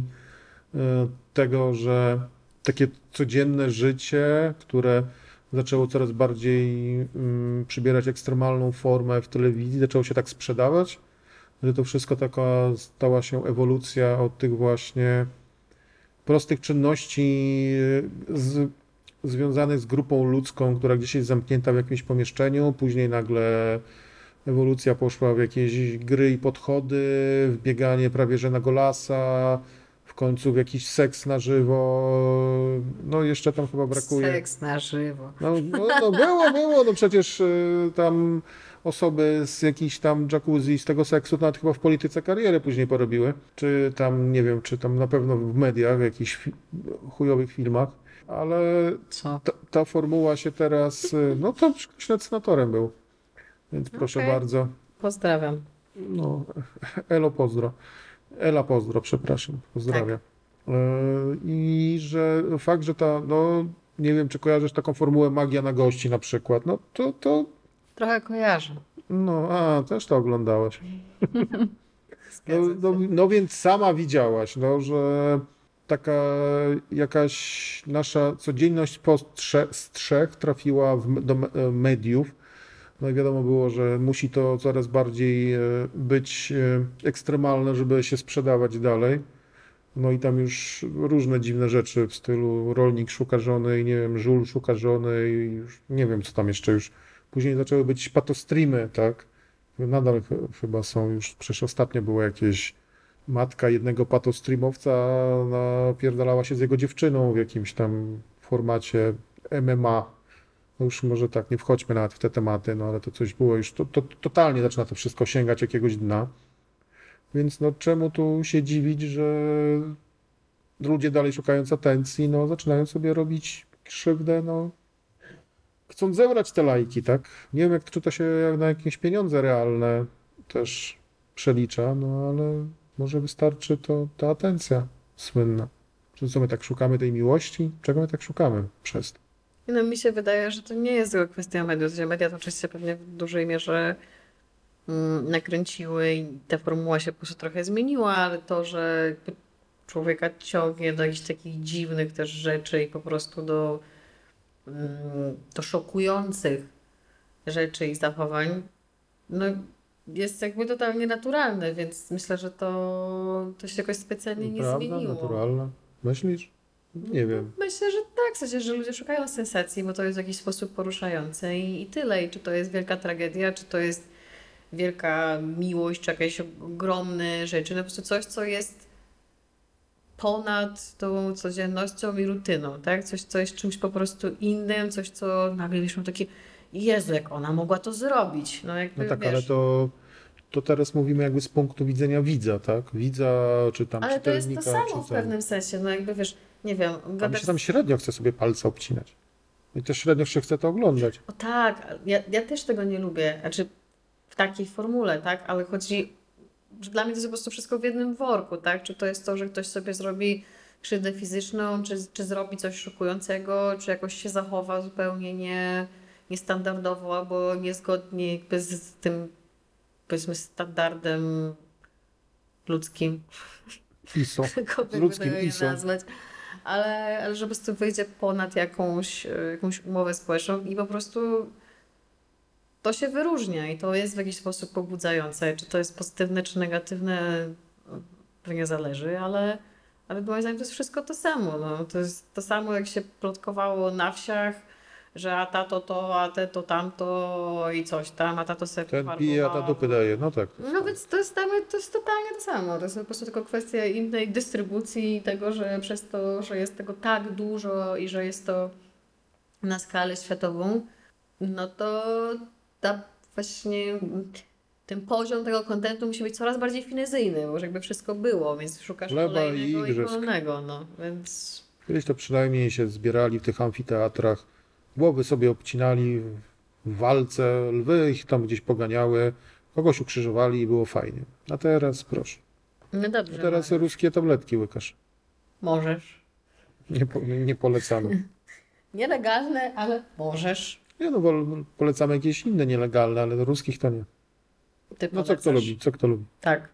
tego, że takie codzienne życie, które zaczęło coraz bardziej przybierać ekstremalną formę w telewizji, zaczęło się tak sprzedawać, że to wszystko taka stała się ewolucja od tych właśnie prostych czynności związanych z grupą ludzką, która gdzieś jest zamknięta w jakimś pomieszczeniu, później nagle ewolucja poszła w jakieś gry i podchody, w bieganie prawie że na golasa, w końcu w jakiś seks na żywo, no jeszcze tam chyba brakuje. Seks na żywo. No było, no przecież tam osoby z jakichś tam jacuzzi, z tego seksu, nawet chyba w polityce karierę później porobiły, czy tam, nie wiem, czy tam na pewno w mediach, w jakichś chujowych filmach, ale Co? ta formuła się teraz, no to ktoś nad senatorem był, więc proszę Okej. bardzo, Pozdrawiam. no, Ela pozdro, przepraszam, pozdrawiam. I że fakt, że no nie wiem, czy kojarzysz taką formułę magia na gości na przykład, no to Trochę kojarzę. no, też to oglądałaś. Zgadza się. No więc sama widziałaś, no, że taka jakaś nasza codzienność z trzech trafiła do mediów. No i wiadomo było, że musi to coraz bardziej być ekstremalne, żeby się sprzedawać dalej. No i tam już różne dziwne rzeczy w stylu rolnik szuka żony i nie wiem, żul szuka żony i już nie wiem, co tam jeszcze już. Później zaczęły być patostreamy, tak? Nadal chyba są już, przecież ostatnio było jakieś matka jednego patostreamowca napierdalała się z jego dziewczyną w jakimś tam formacie MMA. No już może tak, nie wchodźmy nawet w te tematy, no ale to coś było już, to totalnie zaczyna to wszystko sięgać jakiegoś dna. Więc no czemu tu się dziwić, że ludzie dalej szukając atencji, no zaczynają sobie robić krzywdę, no chcąc zebrać te lajki, tak? Nie wiem, czy to się na jakieś pieniądze realne też przelicza, no ale może wystarczy to ta atencja słynna. Czy co my tak szukamy tej miłości? Czego my tak szukamy przez to? No mi się wydaje, że to nie jest tylko kwestia mediów, że media to oczywiście pewnie w dużej mierze nakręciły i ta formuła się po prostu trochę zmieniła, ale to, że jakby człowieka ciągnie do jakichś takich dziwnych też rzeczy i po prostu do szokujących rzeczy i zachowań, no jest jakby totalnie naturalne, więc myślę, że to się jakoś specjalnie nie Prawda? zmieniło. Naturalna. Myślisz? Nie wiem. Myślę, że tak, w sensie, że ludzie szukają sensacji, bo to jest w jakiś sposób poruszające i tyle. I czy to jest wielka tragedia, czy to jest wielka miłość, czy jakieś ogromne rzeczy, no po prostu coś, co jest ponad tą codziennością i rutyną, tak? Coś, co jest czymś po prostu innym, coś, co nagle wiesz, mam takie, Jezu, jak ona mogła to zrobić. No jakby, No tak, wiesz, ale to teraz mówimy jakby z punktu widzenia widza, tak? Widza, czy tam ale to jest to czytelnika, samo w czy ten. pewnym sensie, no jakby wiesz, nie wiem, A mi gadasz... się tam średnio chce sobie palce obcinać. I też średnio się chce to oglądać. O tak, ja też tego nie lubię, znaczy w takiej formule, tak, ale chodzi, że dla mnie to jest po prostu wszystko w jednym worku, tak, czy to jest to, że ktoś sobie zrobi krzywdę fizyczną, czy zrobi coś szokującego, czy jakoś się zachowa zupełnie niestandardowo, albo niezgodnie jakby z tym, powiedzmy, standardem ludzkim, ISO. kogokolwiek Z ludzkim by tego nie ISO. nazwać, ale że po prostu wyjdzie ponad jakąś umowę społeczną i po prostu to się wyróżnia i to jest w jakiś sposób pobudzające. Czy to jest pozytywne, czy negatywne, pewnie zależy, ale moim zdaniem to jest wszystko to samo. No. To jest to samo, jak się plotkowało na wsiach, że a tato to, a te to tamto i coś tam, a tato sobie Ten pije, a ta dupy daje. No tak. no więc to jest totalnie to samo. To jest po prostu tylko kwestia innej dystrybucji i tego, że przez to, że jest tego tak dużo i że jest to na skalę światową, no to ta właśnie ten poziom tego kontentu musi być coraz bardziej finezyjny, bo już jakby wszystko było, więc szukasz Chleba kolejnego i i igrzysk. kolejnego, no, więc... Kiedyś to przynajmniej się zbierali w tych amfiteatrach, głowy sobie obcinali w walce, lwy ich tam gdzieś poganiały, kogoś ukrzyżowali i było fajnie. A teraz proszę. No A dobrze, teraz Mariusz. ruskie tabletki łykasz. Możesz. Nie polecamy. Nielegalne, ale możesz. Nie no, bo polecamy jakieś inne nielegalne, ale do ruskich to nie. Ty No co kto polecasz. lubi, co kto lubi. Tak.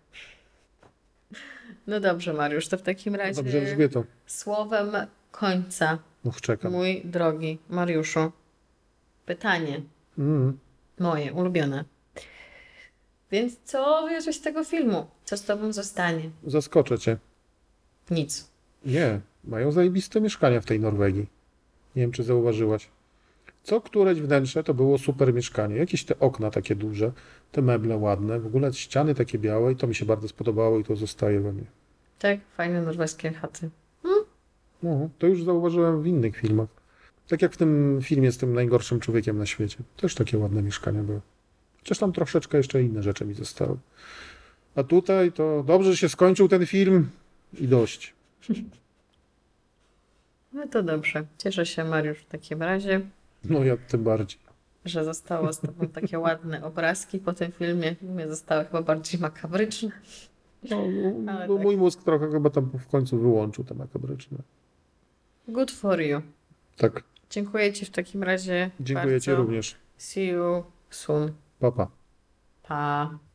No dobrze, Mariusz, to w takim razie Dobrze, Elżbieto. słowem końca, Czekam. mój drogi Mariuszu, pytanie moje, ulubione. Więc co wiesz z tego filmu? Co z tobą zostanie? Zaskoczę cię. Nic. Nie, mają zajebiste mieszkania w tej Norwegii. Nie wiem, czy zauważyłaś. Co któreś wnętrze to było super mieszkanie. Jakieś te okna takie duże, te meble ładne, w ogóle ściany takie białe i to mi się bardzo spodobało i to zostaje we mnie. Tak, fajne norweskie chaty. No, to już zauważyłem w innych filmach. Tak jak w tym filmie z tym najgorszym człowiekiem na świecie. Też takie ładne mieszkania były. Chociaż tam troszeczkę jeszcze inne rzeczy mi zostały. A tutaj to dobrze, że się skończył ten film i dość. No to dobrze. Cieszę się, Mariusz, w takim razie, No ja tym bardziej. że zostało z tobą takie ładne obrazki po tym filmie. U mnie zostały chyba bardziej makabryczne. No, Ale bo tak. mój mózg trochę chyba tam w końcu wyłączył te makabryczne. Good for you. Tak, Dziękuję ci w takim razie dziękuję bardzo. ci również. See you soon. Pa, pa. Pa.